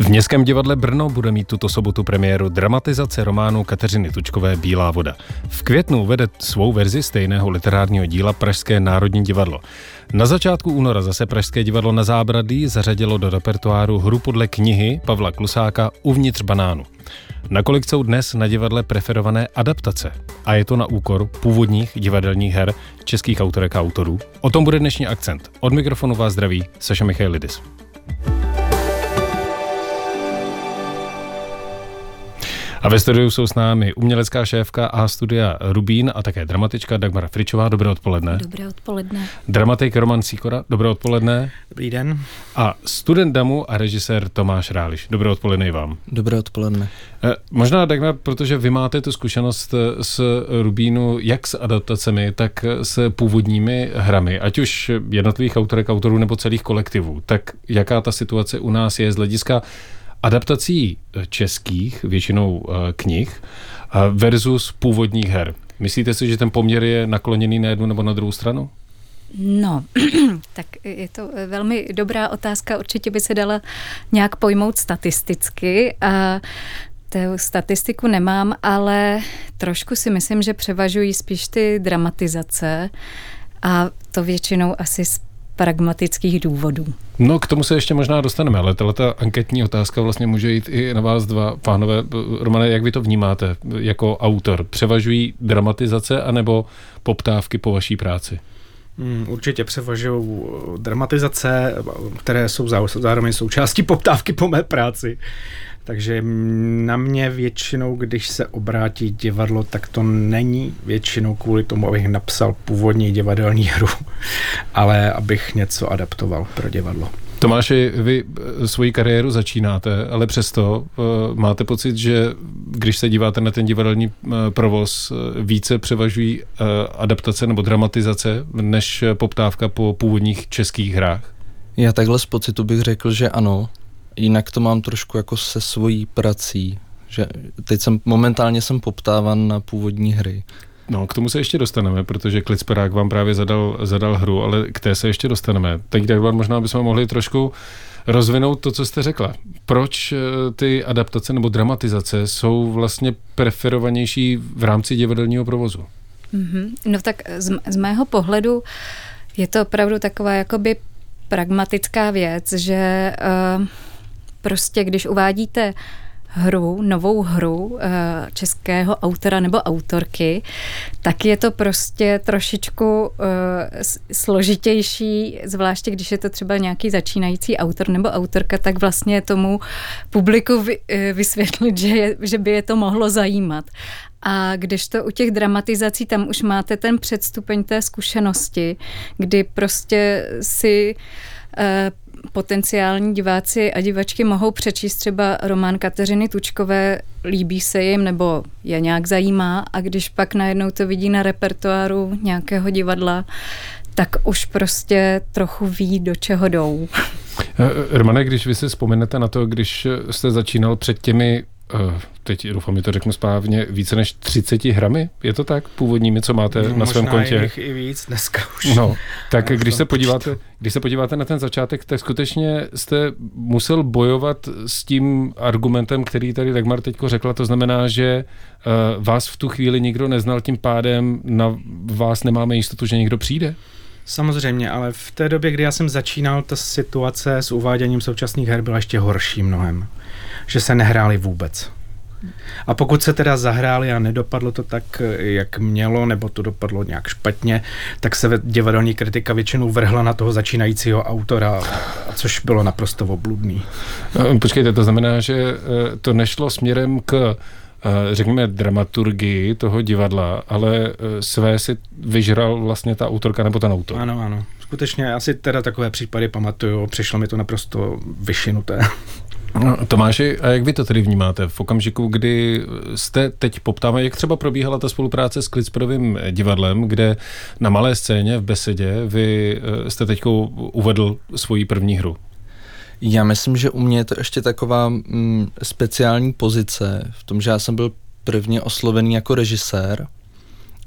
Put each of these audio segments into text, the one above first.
V Městském divadle Brno bude mít tuto sobotu premiéru dramatizace románu Kateřiny Tučkové Bílá voda. V květnu uvede svou verzi stejného literárního díla Pražské národní divadlo. Na začátku února zase Pražské divadlo Na Zábradlí zařadilo do repertoáru hru podle knihy Pavla Klusáka Uvnitř banánu. Nakolik jsou dnes na divadle preferované adaptace? A je to na úkor původních divadelních her českých autorek a autorů? O tom bude dnešní akcent. Od mikrofonu vás zdraví Saša Michailidis. A ve studiu jsou s námi umělecká šéfka A studia Rubín a také dramatička Dagmara Fričová. Dobré odpoledne. Dobré odpoledne. Dramatik Roman Sýkora. Dobré odpoledne. Dobrý den. A student DAMu a režisér Tomáš Ráliš. Dobré odpoledne i vám. Dobré odpoledne. Možná, Dagmar, protože vy máte tu zkušenost s Rubínu jak s adaptacemi, tak s původními hrami, ať už jednotlivých autorek, autorů nebo celých kolektivů. Tak jaká ta situace u nás je z hlediska adaptací českých, většinou knih, versus původních her? Myslíte si, že ten poměr je nakloněný na jednu nebo na druhou stranu? No, tak je to velmi dobrá otázka, určitě by se dala nějak pojmout statisticky a tu statistiku nemám, ale trošku si myslím, že převažují spíš ty dramatizace a to většinou asi z pragmatických důvodů. No, k tomu se ještě možná dostaneme, ale tato anketní otázka vlastně může jít i na vás dva, pánové. Romane, jak vy to vnímáte jako autor? Převažují dramatizace anebo poptávky po vaší práci? Určitě převažují dramatizace, které jsou zároveň součástí poptávky po mé práci. Takže na mě většinou, když se obrátí divadlo, tak to není většinou kvůli tomu, abych napsal původní divadelní hru, ale abych něco adaptoval pro divadlo. Tomáši, vy svoji kariéru začínáte, ale přesto máte pocit, že když se díváte na ten divadelní provoz, více převažují adaptace nebo dramatizace než poptávka po původních českých hrách? Já takhle z pocitu bych řekl, že ano. Jinak to mám trošku jako se svojí prací, že teď momentálně jsem poptáván na původní hry. No, k tomu se ještě dostaneme, protože Klicperák vám právě zadal hru, ale k té se ještě dostaneme. Teď tak možná bychom mohli trošku rozvinout to, co jste řekla. Proč ty adaptace nebo dramatizace jsou vlastně preferovanější v rámci divadelního provozu? No tak z mého pohledu je to opravdu taková jakoby pragmatická věc, že prostě když uvádíte novou hru českého autora nebo autorky, tak je to prostě trošičku složitější, zvláště když je to třeba nějaký začínající autor nebo autorka, tak vlastně tomu publiku vysvětlit, že by je to mohlo zajímat. A když to u těch dramatizací, tam už máte ten předstupeň té zkušenosti, kdy prostě si potenciální diváci a divačky mohou přečíst třeba román Kateřiny Tučkové, líbí se jim nebo je nějak zajímá, a když pak najednou to vidí na repertoáru nějakého divadla, tak už prostě trochu ví, do čeho jdou. Romane, když vy si vzpomenete na to, když jste začínal před těmi, teď doufám, že to řeknu správně, více než 30 hrami, je to tak? Původními, co máte na svém kontě? Možná i víc dneska už. No, tak když se podíváte na ten začátek, tak skutečně jste musel bojovat s tím argumentem, který tady Dagmar teďko řekla, to znamená, že vás v tu chvíli nikdo neznal, tím pádem na vás nemáme jistotu, že někdo přijde? Samozřejmě, ale v té době, kdy já jsem začínal, ta situace s uváděním současných her byla ještě horší mnohem. Že se nehráli vůbec. A pokud se teda zahráli a nedopadlo to tak, jak mělo, nebo to dopadlo nějak špatně, tak se divadelní kritika většinou vrhla na toho začínajícího autora, což bylo naprosto obludný. Počkejte, to znamená, že to nešlo směrem k řekněme dramaturgii toho divadla, ale své si vyžral vlastně ta autorka nebo ten autor. Ano. Skutečně, já si teda takové případy pamatuju, přišlo mi to naprosto vyšinuté. No, Tomáši, a jak vy to tedy vnímáte v okamžiku, kdy jste teď poptáme, jak třeba probíhala ta spolupráce s Klicperovým divadlem, kde na malé scéně v besedě vy jste teď uvedl svoji první hru? Já myslím, že u mě je to ještě taková speciální pozice v tom, že já jsem byl prvně oslovený jako režisér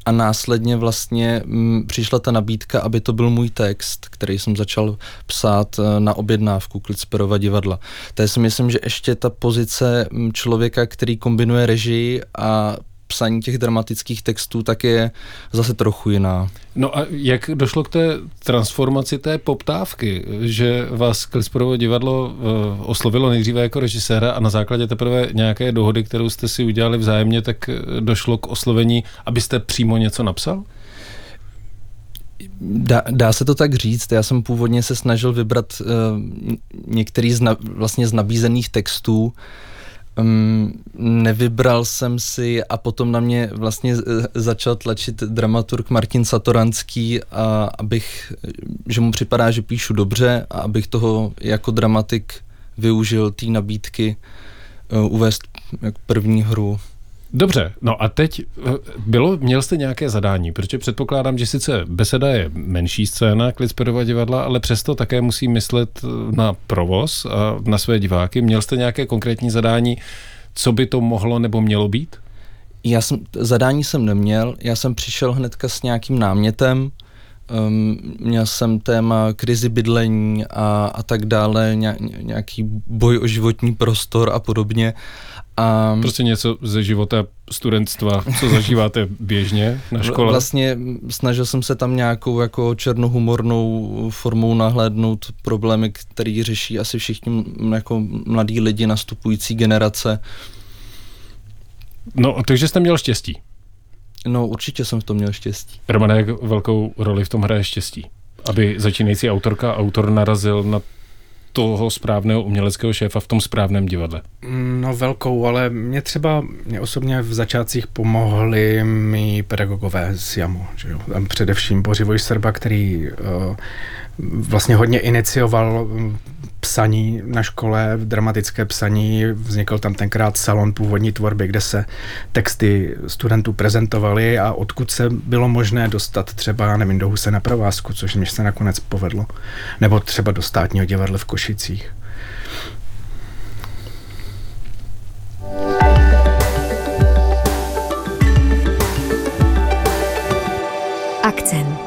a následně vlastně přišla ta nabídka, aby to byl můj text, který jsem začal psát na objednávku Klitsperova divadla. To si myslím, že ještě ta pozice člověka, který kombinuje režii a psaní těch dramatických textů, tak je zase trochu jiná. No a jak došlo k té transformaci té poptávky, že vás Klitsperovo divadlo oslovilo nejdříve jako režiséra a na základě teprve nějaké dohody, kterou jste si udělali vzájemně, tak došlo k oslovení, abyste přímo něco napsal? Dá se to tak říct. Já jsem původně se snažil vybrat některý vlastně z nabízených textů. Nevybral jsem si a potom na mě vlastně začal tlačit dramaturg Martin Satoranský, a že mu připadá, že píšu dobře a abych toho jako dramatik využil té nabídky uvést jako první hru. Dobře, no a teď měl jste nějaké zadání, protože předpokládám, že sice Beseda je menší scéna Klitsperova divadla, ale přesto také musí myslet na provoz a na své diváky. Měl jste nějaké konkrétní zadání, co by to mohlo nebo mělo být? Zadání jsem neměl, já jsem přišel hnedka s nějakým námětem, měl jsem téma krizi bydlení a tak dále, nějaký boj o životní prostor a podobně. Prostě něco ze života studentstva, co zažíváte běžně na škole? Vlastně snažil jsem se tam nějakou jako černohumornou formou nahlédnout problémy, které řeší asi všichni jako mladí lidi, nastupující generace. No, takže jste měl štěstí. No, určitě jsem v tom měl štěstí. Romane, jak velkou roli v tom hraje štěstí? Aby začínající autor narazil na toho správného uměleckého šéfa v tom správném divadle. No velkou, ale mě osobně v začátcích pomohli mý pedagogové z JAMu. Že jo? Tam především Bořivoj Srba, který vlastně hodně inicioval psaní na škole, dramatické psaní. Vznikl tam tenkrát salon původní tvorby, kde se texty studentů prezentovaly a odkud se bylo možné dostat třeba, nevím, do Huse na provázku, což mě se nakonec povedlo. Nebo třeba do Státního divadla v Košicích. Akcent.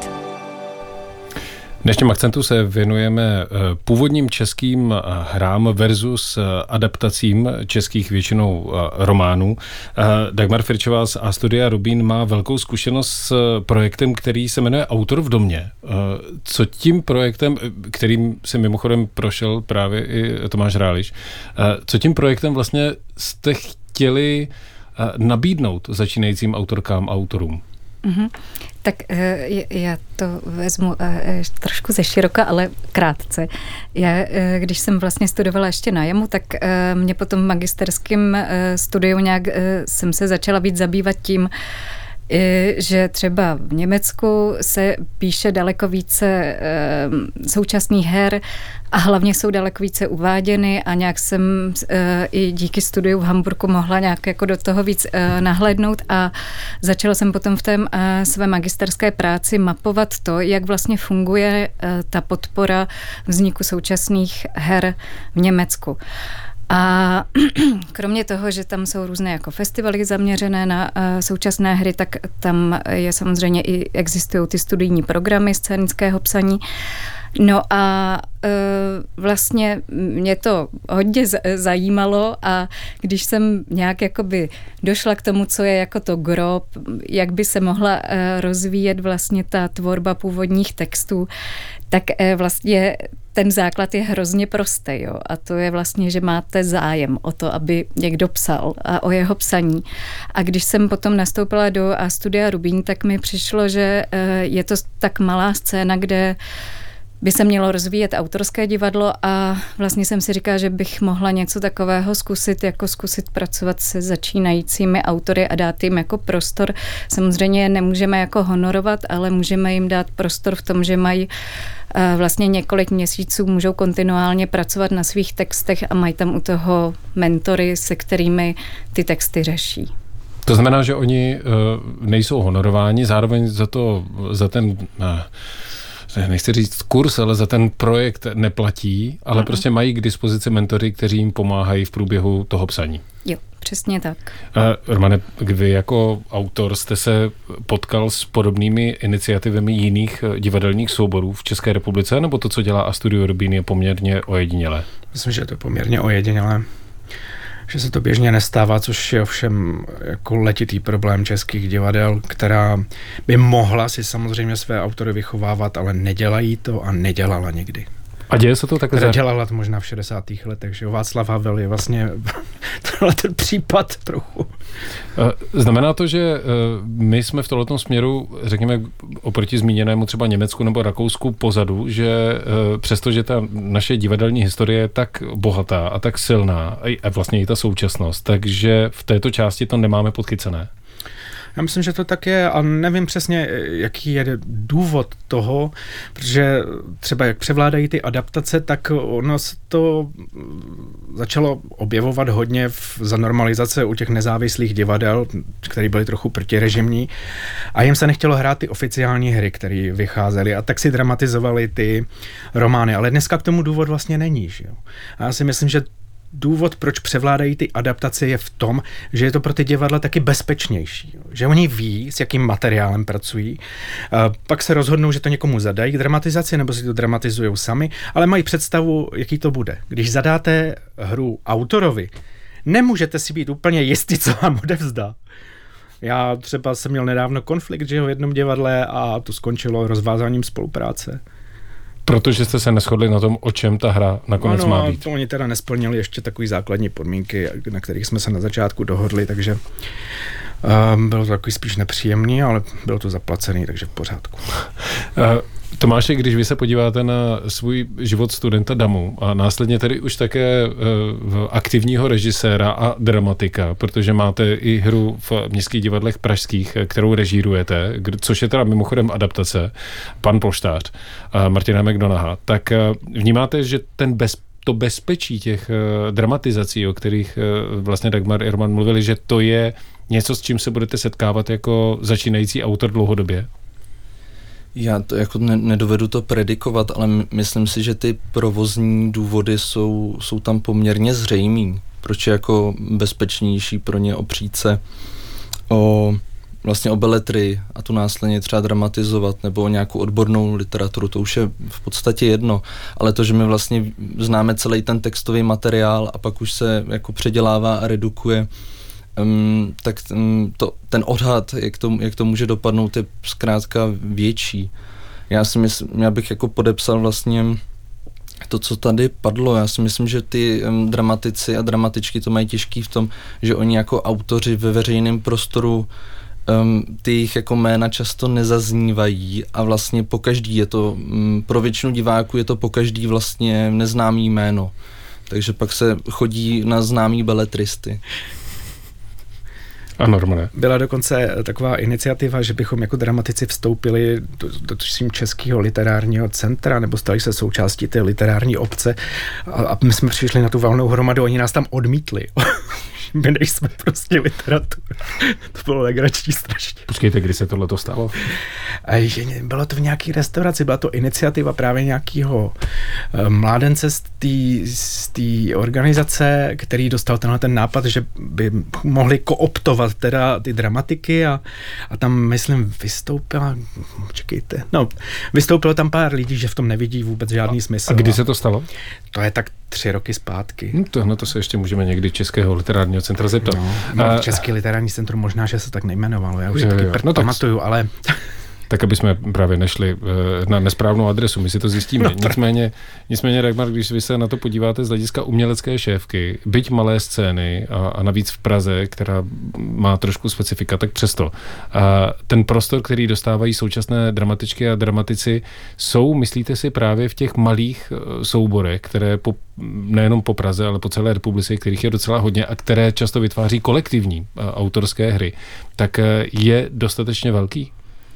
V dnešním Akcentu se věnujeme původním českým hrám versus adaptacím českých většinou románů. Dagmar Firčová z A-Studia Rubín má velkou zkušenost s projektem, který se jmenuje Autor v domě. Co tím projektem, kterým se mimochodem prošel právě i Tomáš Ráliš, co tím projektem vlastně jste chtěli nabídnout začínajícím autorkám a autorům? Mm-hmm. Tak já to vezmu trošku ze široka, ale krátce. Já, když jsem vlastně studovala ještě na JAMu, tak mě potom v magisterském studiu nějak jsem se začala víc zabývat tím, že třeba v Německu se píše daleko více současných her a hlavně jsou daleko více uváděny a nějak jsem i díky studiu v Hamburku mohla nějak jako do toho víc nahlédnout a začala jsem potom v té své magisterské práci mapovat to, jak vlastně funguje ta podpora vzniku současných her v Německu. A kromě toho, že tam jsou různé jako festivaly zaměřené na současné hry, tak tam je samozřejmě i existují ty studijní programy scénického psaní. No a vlastně mě to hodně zajímalo a když jsem nějak jakoby došla k tomu, co je jako to gro, jak by se mohla rozvíjet vlastně ta tvorba původních textů, tak vlastně ten základ je hrozně prostý, jo? A to je vlastně, že máte zájem o to, aby někdo psal a o jeho psaní. A když jsem potom nastoupila do A-Studia Rubín, tak mi přišlo, že je to tak malá scéna, kde by se mělo rozvíjet autorské divadlo a vlastně jsem si říkala, že bych mohla něco takového zkusit pracovat se začínajícími autory a dát jim jako prostor. Samozřejmě nemůžeme jako honorovat, ale můžeme jim dát prostor v tom, že mají vlastně několik měsíců, můžou kontinuálně pracovat na svých textech a mají tam u toho mentory, se kterými ty texty řeší. To znamená, že oni nejsou honorováni, zároveň za ten nechci říct kurz, ale za ten projekt neplatí, ale prostě mají k dispozici mentory, kteří jim pomáhají v průběhu toho psaní. Jo, Přesně tak. Romane, vy jako autor jste se potkal s podobnými iniciativami jiných divadelních souborů v České republice, nebo to, co dělá A Studio Rubín, je poměrně ojedinělé? Myslím, že je to poměrně ojedinělé. Že se to běžně nestává, což je ovšem jako letitý problém českých divadel, která by mohla si samozřejmě své autory vychovávat, ale nedělají to a nedělala nikdy. A děje se to takhle? Dělala to možná v 60. letech, že Václav Havel je vlastně ten případ trochu. Znamená to, že my jsme v tomto směru, řekněme, oproti zmíněnému třeba Německu nebo Rakousku pozadu, že přestože ta naše divadelní historie je tak bohatá a tak silná, a vlastně i ta současnost, takže v této části to nemáme podchycené? Já myslím, že to tak je a nevím přesně, jaký je důvod toho, protože třeba jak převládají ty adaptace, tak ono se to začalo objevovat hodně za normalizace u těch nezávislých divadel, které byly trochu protirežimní a jim se nechtělo hrát ty oficiální hry, které vycházely a tak si dramatizovali ty romány, ale dneska k tomu důvod vlastně není. Že jo? A já si myslím, že důvod, proč převládají ty adaptace, je v tom, že je to pro ty divadla taky bezpečnější. Že oni ví, s jakým materiálem pracují, pak se rozhodnou, že to někomu zadají k dramatizaci, nebo si to dramatizujou sami, ale mají představu, jaký to bude. Když zadáte hru autorovi, nemůžete si být úplně jistý, co vám odevzdá. Já třeba jsem měl nedávno konflikt, že v jednom divadle a to skončilo rozvázáním spolupráce. Protože jste se neshodli na tom, o čem ta hra nakonec má být. To oni teda nesplnili ještě takový základní podmínky, na kterých jsme se na začátku dohodli, takže bylo to takový spíš nepříjemný, ale bylo to zaplacený, takže v pořádku. Tomáši, když vy se podíváte na svůj život studenta DAMu a následně tedy už také aktivního režiséra a dramatika, protože máte i hru v městských divadlech pražských, kterou režírujete, což je teda mimochodem adaptace, Pan polštář Martina McDonaugha, tak vnímáte, že to bezpečí těch dramatizací, o kterých vlastně Dagmar i Roman mluvili, že to je něco, s čím se budete setkávat jako začínající autor dlouhodobě? Já to jako nedovedu to predikovat, ale myslím si, že ty provozní důvody jsou tam poměrně zřejmý. Proč je jako bezpečnější pro ně opřít se o beletry a tu následně třeba dramatizovat nebo o nějakou odbornou literaturu, to už je v podstatě jedno, ale to, že my vlastně známe celý ten textový materiál a pak už se jako předělává a redukuje, tak ten odhad, jak to může dopadnout, je zkrátka větší. Já bych jako podepsal vlastně to, co tady padlo. Já si myslím, že ty dramatici a dramatičky to mají těžký v tom, že oni jako autoři ve veřejném prostoru ty jejich jako jména často nezaznívají a vlastně pokaždý je to, pro většinu diváků je to pokaždý vlastně neznámý jméno. Takže pak se chodí na známý beletristy. Ano, Romane. Byla dokonce taková iniciativa, že bychom jako dramatici vstoupili do Českého literárního centra, nebo stali se součástí té literární obce a my jsme přišli na tu valnou hromadu, oni nás tam odmítli. My nejsme prostě literatura. To bylo legrační strašně. Počkejte, kdy se tohleto stalo? Bylo to v nějaký restauraci, byla to iniciativa právě nějakého mládence z té organizace, který dostal ten nápad, že by mohli kooptovat teda ty dramatiky a tam, myslím, vystoupilo tam pár lidí, že v tom nevidí vůbec žádný smysl. A kdy se to stalo? To je tak 3 roky zpátky. To se ještě můžeme někdy Českého literárního centra zeptat. Český literární centrum možná, že se tak nejmenovalo. Já už se taky pamatuju, ale... Tak, aby jsme právě nešli na nesprávnou adresu, my si to zjistíme. Nicméně, Dagmar, když vy se na to podíváte z hlediska umělecké šéfky, byť malé scény a navíc v Praze, která má trošku specifika, tak přesto. Ten prostor, který dostávají současné dramatičky a dramatici, jsou, myslíte si, právě v těch malých souborech, které nejenom po Praze, ale po celé republice, kterých je docela hodně a které často vytváří kolektivní autorské hry, tak je dostatečně velký?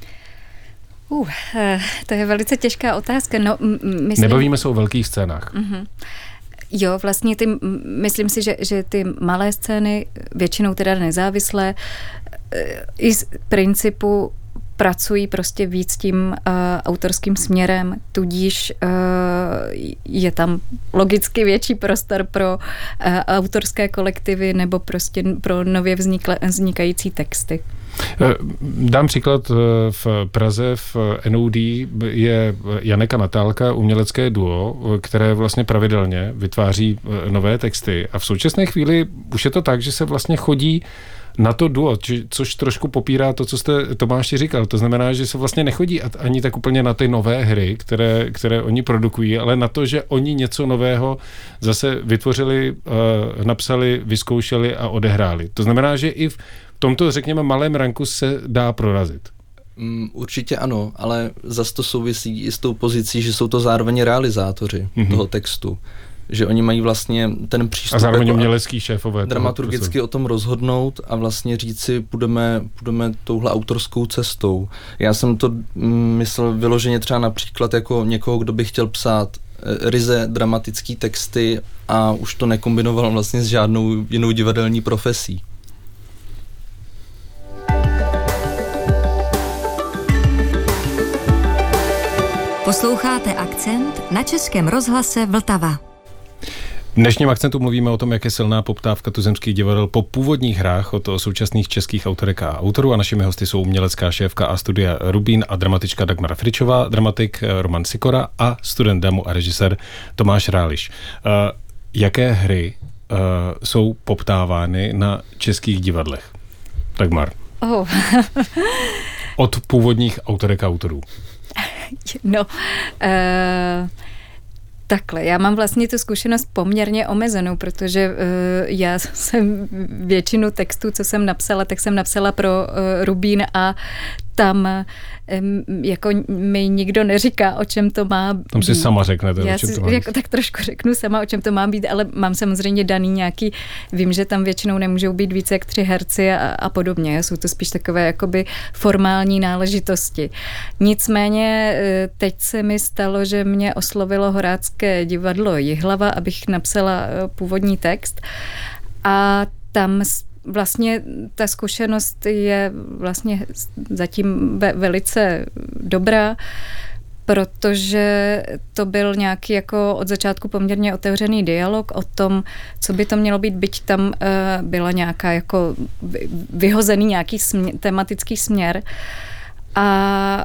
To je velice těžká otázka. Nebavíme se o velkých scénách. Jo, vlastně myslím si, že ty malé scény, většinou teda nezávislé, i z principu pracují prostě víc tím autorským směrem, tudíž je tam logicky větší prostor pro autorské kolektivy nebo prostě pro nově vznikající texty. Dám příklad. V Praze v NOD je Janek a Natálka, umělecké duo, které vlastně pravidelně vytváří nové texty a v současné chvíli už je to tak, že se vlastně chodí na to duo, což trošku popírá to, co jste Tomáši říkal. To znamená, že se vlastně nechodí ani tak úplně na ty nové hry, které oni produkují, ale na to, že oni něco nového zase vytvořili, napsali, vyzkoušeli a odehráli. To znamená, že i v tomto, řekněme, malém ranku se dá prorazit. Určitě ano, ale zase to souvisí i s tou pozicí, že jsou to zároveň realizátoři toho textu. Že oni mají vlastně ten přístup a zároveň umělecký šéfové dramaturgicky o tom rozhodnout a vlastně říct si, půjdeme touhle autorskou cestou. Já jsem to myslel vyloženě třeba například jako někoho, kdo by chtěl psát ryze dramatický texty a už to nekombinoval vlastně s žádnou jinou divadelní profesí. Posloucháte Akcent na Českém rozhlase Vltava. V dnešním Akcentu mluvíme o tom, jak je silná poptávka tuzemských divadel po původních hrách od současných českých autorek a autorů a našimi hosty jsou umělecká šéfka a studia Rubín a dramatička Dagmar Fričová, dramatik Roman Sikora a student DAMu a režisér Tomáš Ráliš. Jaké hry jsou poptávány na českých divadlech? Dagmar. Od původních autorek a autorů. No, takhle, já mám vlastně tu zkušenost poměrně omezenou, protože já jsem většinu textů, co jsem napsala, tak jsem napsala pro Rubín a tam jako mi nikdo neříká, o čem to má být. Tam si sama řeknete, já o čem to má být. Jako, tak trošku řeknu sama, o čem to má být, ale mám samozřejmě daný nějaký, vím, že tam většinou nemůžou být více jak 3 herci a podobně. Jsou to spíš takové jakoby formální náležitosti. Nicméně teď se mi stalo, že mě oslovilo Horácké divadlo Jihlava, abych napsala původní text a tam vlastně ta zkušenost je vlastně zatím velice dobrá, protože to byl nějaký jako od začátku poměrně otevřený dialog o tom, co by to mělo být, byť tam byla nějaká jako vyhozený nějaký tematický směr. A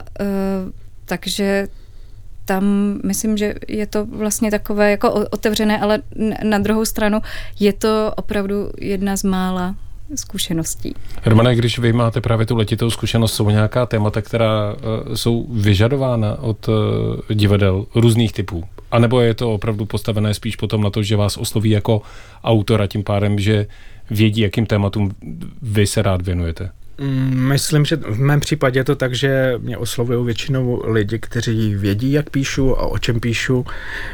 takže tam myslím, že je to vlastně takové jako otevřené, ale na druhou stranu je to opravdu jedna z mála zkušeností. Romane, když vy máte právě tu letitou zkušenost, jsou nějaká témata, která jsou vyžadována od divadel různých typů? A nebo je to opravdu postavené spíš potom na to, že vás osloví jako autora, tím pádem, že vědí, jakým tématům vy se rád věnujete? Myslím, že v mém případě je to tak, že mě oslovují většinou lidi, kteří vědí, jak píšu a o čem píšu,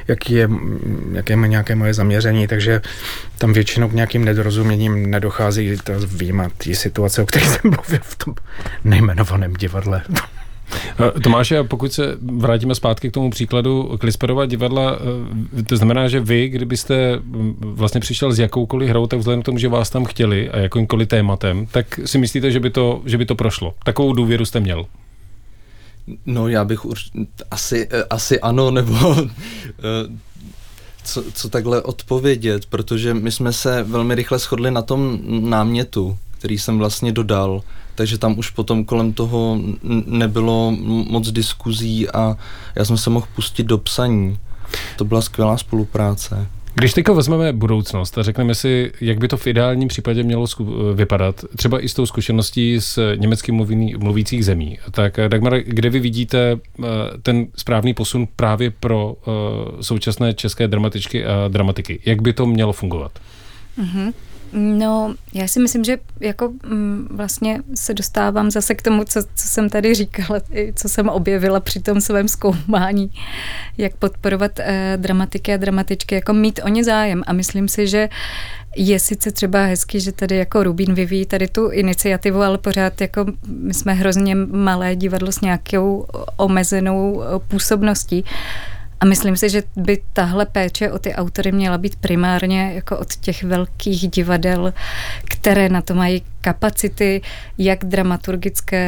jaké má nějaké moje zaměření, takže tam většinou k nějakým nedorozuměním nedochází, to vyjímat ty situace, o kterých jsem mluvil v tom nejmenovaném divadle. Tomáše, pokud se vrátíme zpátky k tomu příkladu Klisperova divadla, to znamená, že vy, kdybyste vlastně přišel s jakoukoliv hrou, tak vzhledem k tomu, že vás tam chtěli a jakýmkoliv tématem, tak si myslíte, že by to prošlo? Takovou důvěru jste měl? No, já bych asi ano, nebo co takhle odpovědět, protože my jsme se velmi rychle shodli na tom námětu, který jsem vlastně dodal, takže tam už potom kolem toho nebylo moc diskuzí a já jsem se mohl pustit do psaní. To byla skvělá spolupráce. Když teďka vezmeme budoucnost a řekneme si, jak by to v ideálním případě mělo vypadat, třeba i s tou zkušeností z německy mluvících zemí, tak Dagmar, kde vy vidíte ten správný posun právě pro současné české dramatičky a dramatiky? Jak by to mělo fungovat? Mm-hmm. No, já si myslím, že jako vlastně se dostávám zase k tomu, co jsem tady říkala, co jsem objevila při tom svém zkoumání, jak podporovat dramatiky a dramatičky, jako mít o ně zájem. A myslím si, že je sice třeba hezky, že tady jako Rubín vyvíjí tady tu iniciativu, ale pořád jako my jsme hrozně malé divadlo s nějakou omezenou působností. A myslím si, že by tahle péče o ty autory měla být primárně jako od těch velkých divadel, které na to mají kapacity, jak dramaturgické,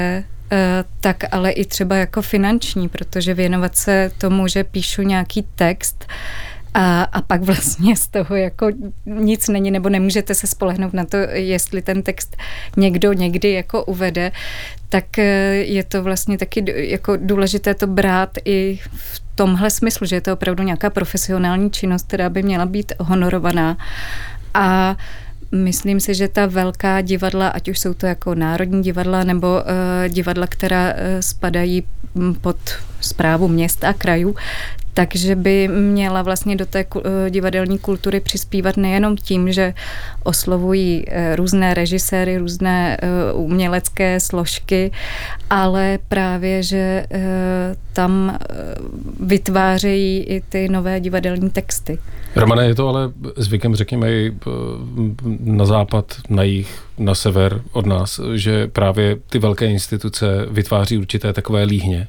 tak ale i třeba jako finanční, protože věnovat se tomu, že píšu nějaký text a pak vlastně z toho jako nic není, nebo nemůžete se spolehnout na to, jestli ten text někdo někdy jako uvede, tak je to vlastně taky jako důležité to brát i v tomhle smyslu, že je to opravdu nějaká profesionální činnost, která by měla být honorovaná. A myslím si, že ta velká divadla, ať už jsou to jako národní divadla nebo divadla, která spadají pod správu měst a krajů, takže by měla vlastně do té divadelní kultury přispívat nejenom tím, že oslovují různé režiséry, různé umělecké složky, ale právě, že tam vytvářejí i ty nové divadelní texty. Romane, je to ale zvykem, řekněme, i na západ, na jih, na sever od nás, že právě ty velké instituce vytváří určité takové líhně?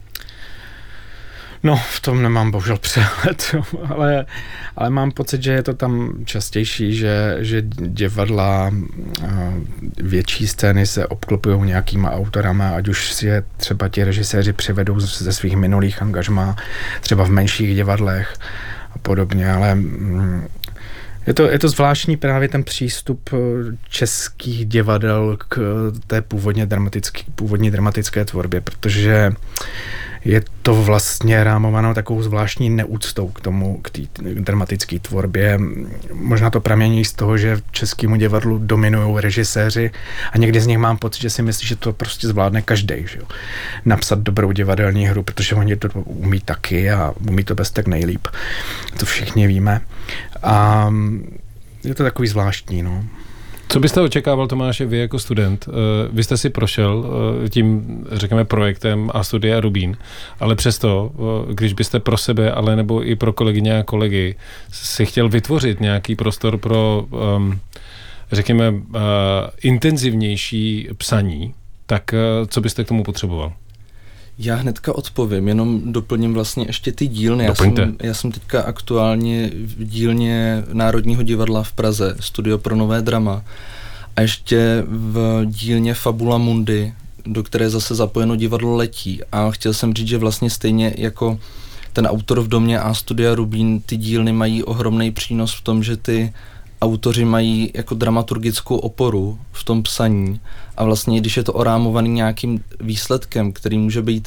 No, v tom nemám bohužel přehled, ale mám pocit, že je to tam častější, že divadla, větší scény se obklopují nějakýma autorama, ať už si je třeba ti režiséři přivedou ze svých minulých angažmá, třeba v menších divadlech a podobně, ale je to zvláštní právě ten přístup českých divadel k té původní dramatické tvorbě, protože je to vlastně rámovanou takovou zvláštní neúctou k té dramatické tvorbě. Možná to pramění z toho, že českému divadlu dominují režiséři a někdy z nich mám pocit, že si myslí, že to prostě zvládne každej, že jo? Napsat dobrou divadelní hru, protože oni to umí taky a umí to bez tak nejlíp. To všichni víme. A je to takový zvláštní, no. Co byste očekával, Tomáše, vy jako student? Vy jste si prošel tím, řekněme, projektem A Studia Rubín, ale přesto, když byste pro sebe, ale nebo i pro kolegyně a kolegy si chtěl vytvořit nějaký prostor pro, řekněme, intenzivnější psaní, tak co byste k tomu potřeboval? Já hnedka odpovím, jenom doplním vlastně ještě ty dílny. Já jsem teďka aktuálně v dílně Národního divadla v Praze, Studio pro nové drama, a ještě v dílně Fabula Mundi, do které je zase zapojeno divadlo Letí. A chtěl jsem říct, že vlastně stejně jako ten autor v domě A Studia Rubín, ty dílny mají ohromný přínos v tom, že ty autoři mají jako dramaturgickou oporu v tom psaní a vlastně, když je to orámovaný nějakým výsledkem, který může být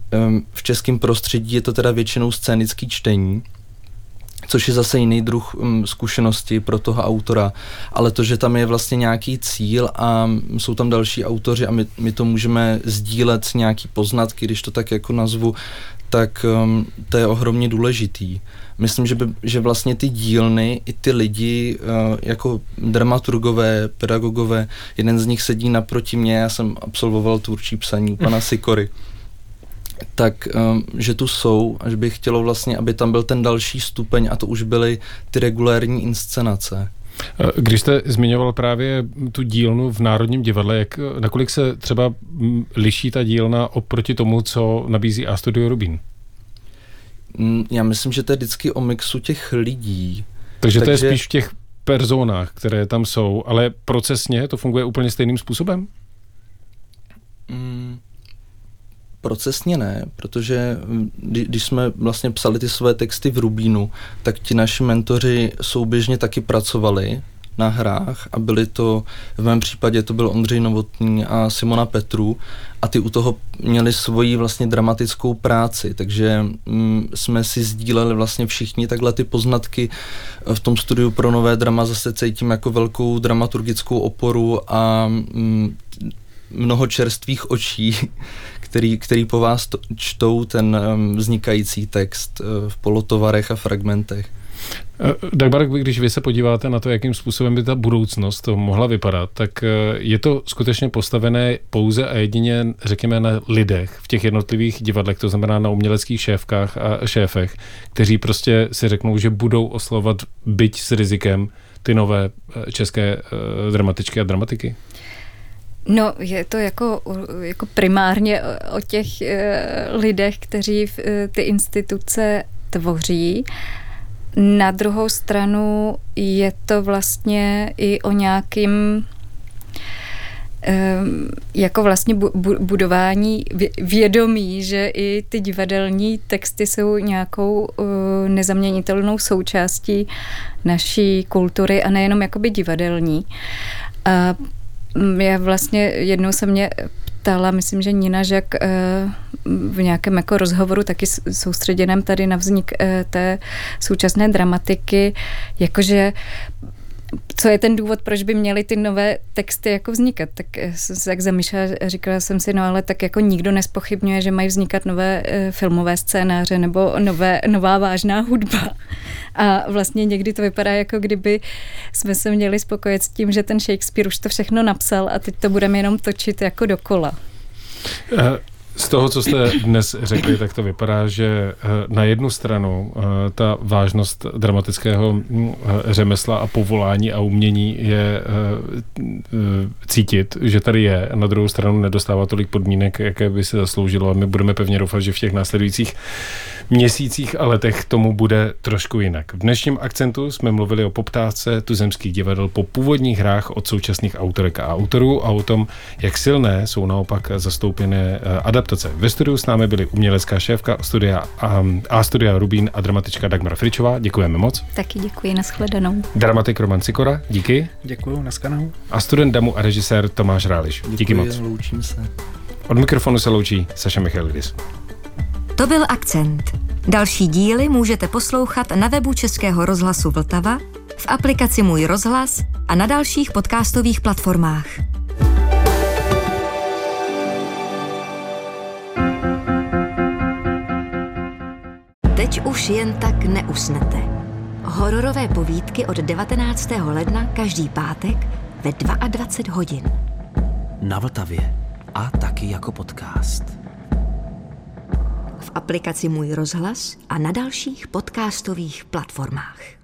v českém prostředí, je to teda většinou scénický čtení, což je zase jiný druh zkušenosti pro toho autora, ale to, že tam je vlastně nějaký cíl a jsou tam další autoři a my to můžeme sdílet nějaký poznatky, když to tak jako nazvu, tak to je ohromně důležitý. Myslím, že vlastně ty dílny i ty lidi jako dramaturgové, pedagogové, jeden z nich sedí naproti mě, já jsem absolvoval tvůrčí psaní u pana Sikory, tak, že tu jsou, až bych chtělo vlastně, aby tam byl ten další stupeň a to už byly ty regulérní inscenace. Když jste zmiňoval právě tu dílnu v Národním divadle, nakolik se třeba liší ta dílna oproti tomu, co nabízí A Studio Rubín? Já myslím, že to je vždycky o mixu těch lidí. Takže to je spíš v těch personách, které tam jsou, ale procesně to funguje úplně stejným způsobem? Procesně ne, protože když jsme vlastně psali ty své texty v Rubínu, tak ti naši mentoři souběžně taky pracovali na hrách a byli to, v mém případě to byl Ondřej Novotný a Simona Petru a ty u toho měli svoji vlastně dramatickou práci, takže jsme si sdíleli vlastně všichni takhle ty poznatky. V tom studiu pro nové drama zase cítím jako velkou dramaturgickou oporu a mnoho čerstvých očí, který po vás čtou ten vznikající text v polotovarech a fragmentech. Dagmar, když vy se podíváte na to, jakým způsobem by ta budoucnost to mohla vypadat, tak je to skutečně postavené pouze a jedině, řekněme, na lidech v těch jednotlivých divadlech, to znamená na uměleckých šéfkách a šéfech, kteří prostě si řeknou, že budou oslovovat byť s rizikem ty nové české dramatičky a dramatiky? No, je to jako primárně o těch lidech, kteří ty instituce tvoří. Na druhou stranu je to vlastně i o nějakým jako vlastně budování vědomí, že i ty divadelní texty jsou nějakou nezaměnitelnou součástí naší kultury a nejenom jakoby divadelní. A já vlastně jednou se mě ptala, myslím, že Nina Žak v nějakém jako rozhovoru taky soustředěném tady na vznik té současné dramatiky, jakože co je ten důvod, proč by měly ty nové texty jako vznikat. Tak jsem se tak zamýšlela, říkala jsem si, no ale tak jako nikdo nespochybňuje, že mají vznikat nové filmové scénáře nebo nová vážná hudba. A vlastně někdy to vypadá, jako kdyby jsme se měli spokojit s tím, že ten Shakespeare už to všechno napsal a teď to budeme jenom točit jako dokola. Z toho, co jste dnes řekli, tak to vypadá, že na jednu stranu ta vážnost dramatického řemesla a povolání a umění je cítit, že tady je. Na druhou stranu nedostává tolik podmínek, jaké by se zasloužilo a my budeme pevně doufat, že v těch následujících měsících a letech tomu bude trošku jinak. V dnešním akcentu jsme mluvili o poptávce tuzemských divadel po původních hrách od současných autorek a autorů a o tom, jak silné jsou naopak zastoupené adaptace. Ve studiu s námi byly umělecká šéfka studia Rubín a dramatička Dagmar Fričová. Děkujeme moc. Taky děkuji, nashledanou. Dramatik Roman Sikora, díky. Děkuju, nashledanou. A student DAMu a režisér Tomáš Ráliš. Díky moc. Loučím se. Od mikrofonu se loučí Saša Michailidis. To byl Akcent. Další díly můžete poslouchat na webu Českého rozhlasu Vltava, v aplikaci Můj rozhlas a na dalších podcastových platformách. Teď už jen tak neusnete. Hororové povídky od 19. ledna každý pátek ve 22 hodin. Na Vltavě a taky jako podcast. V aplikaci Můj rozhlas a na dalších podcastových platformách.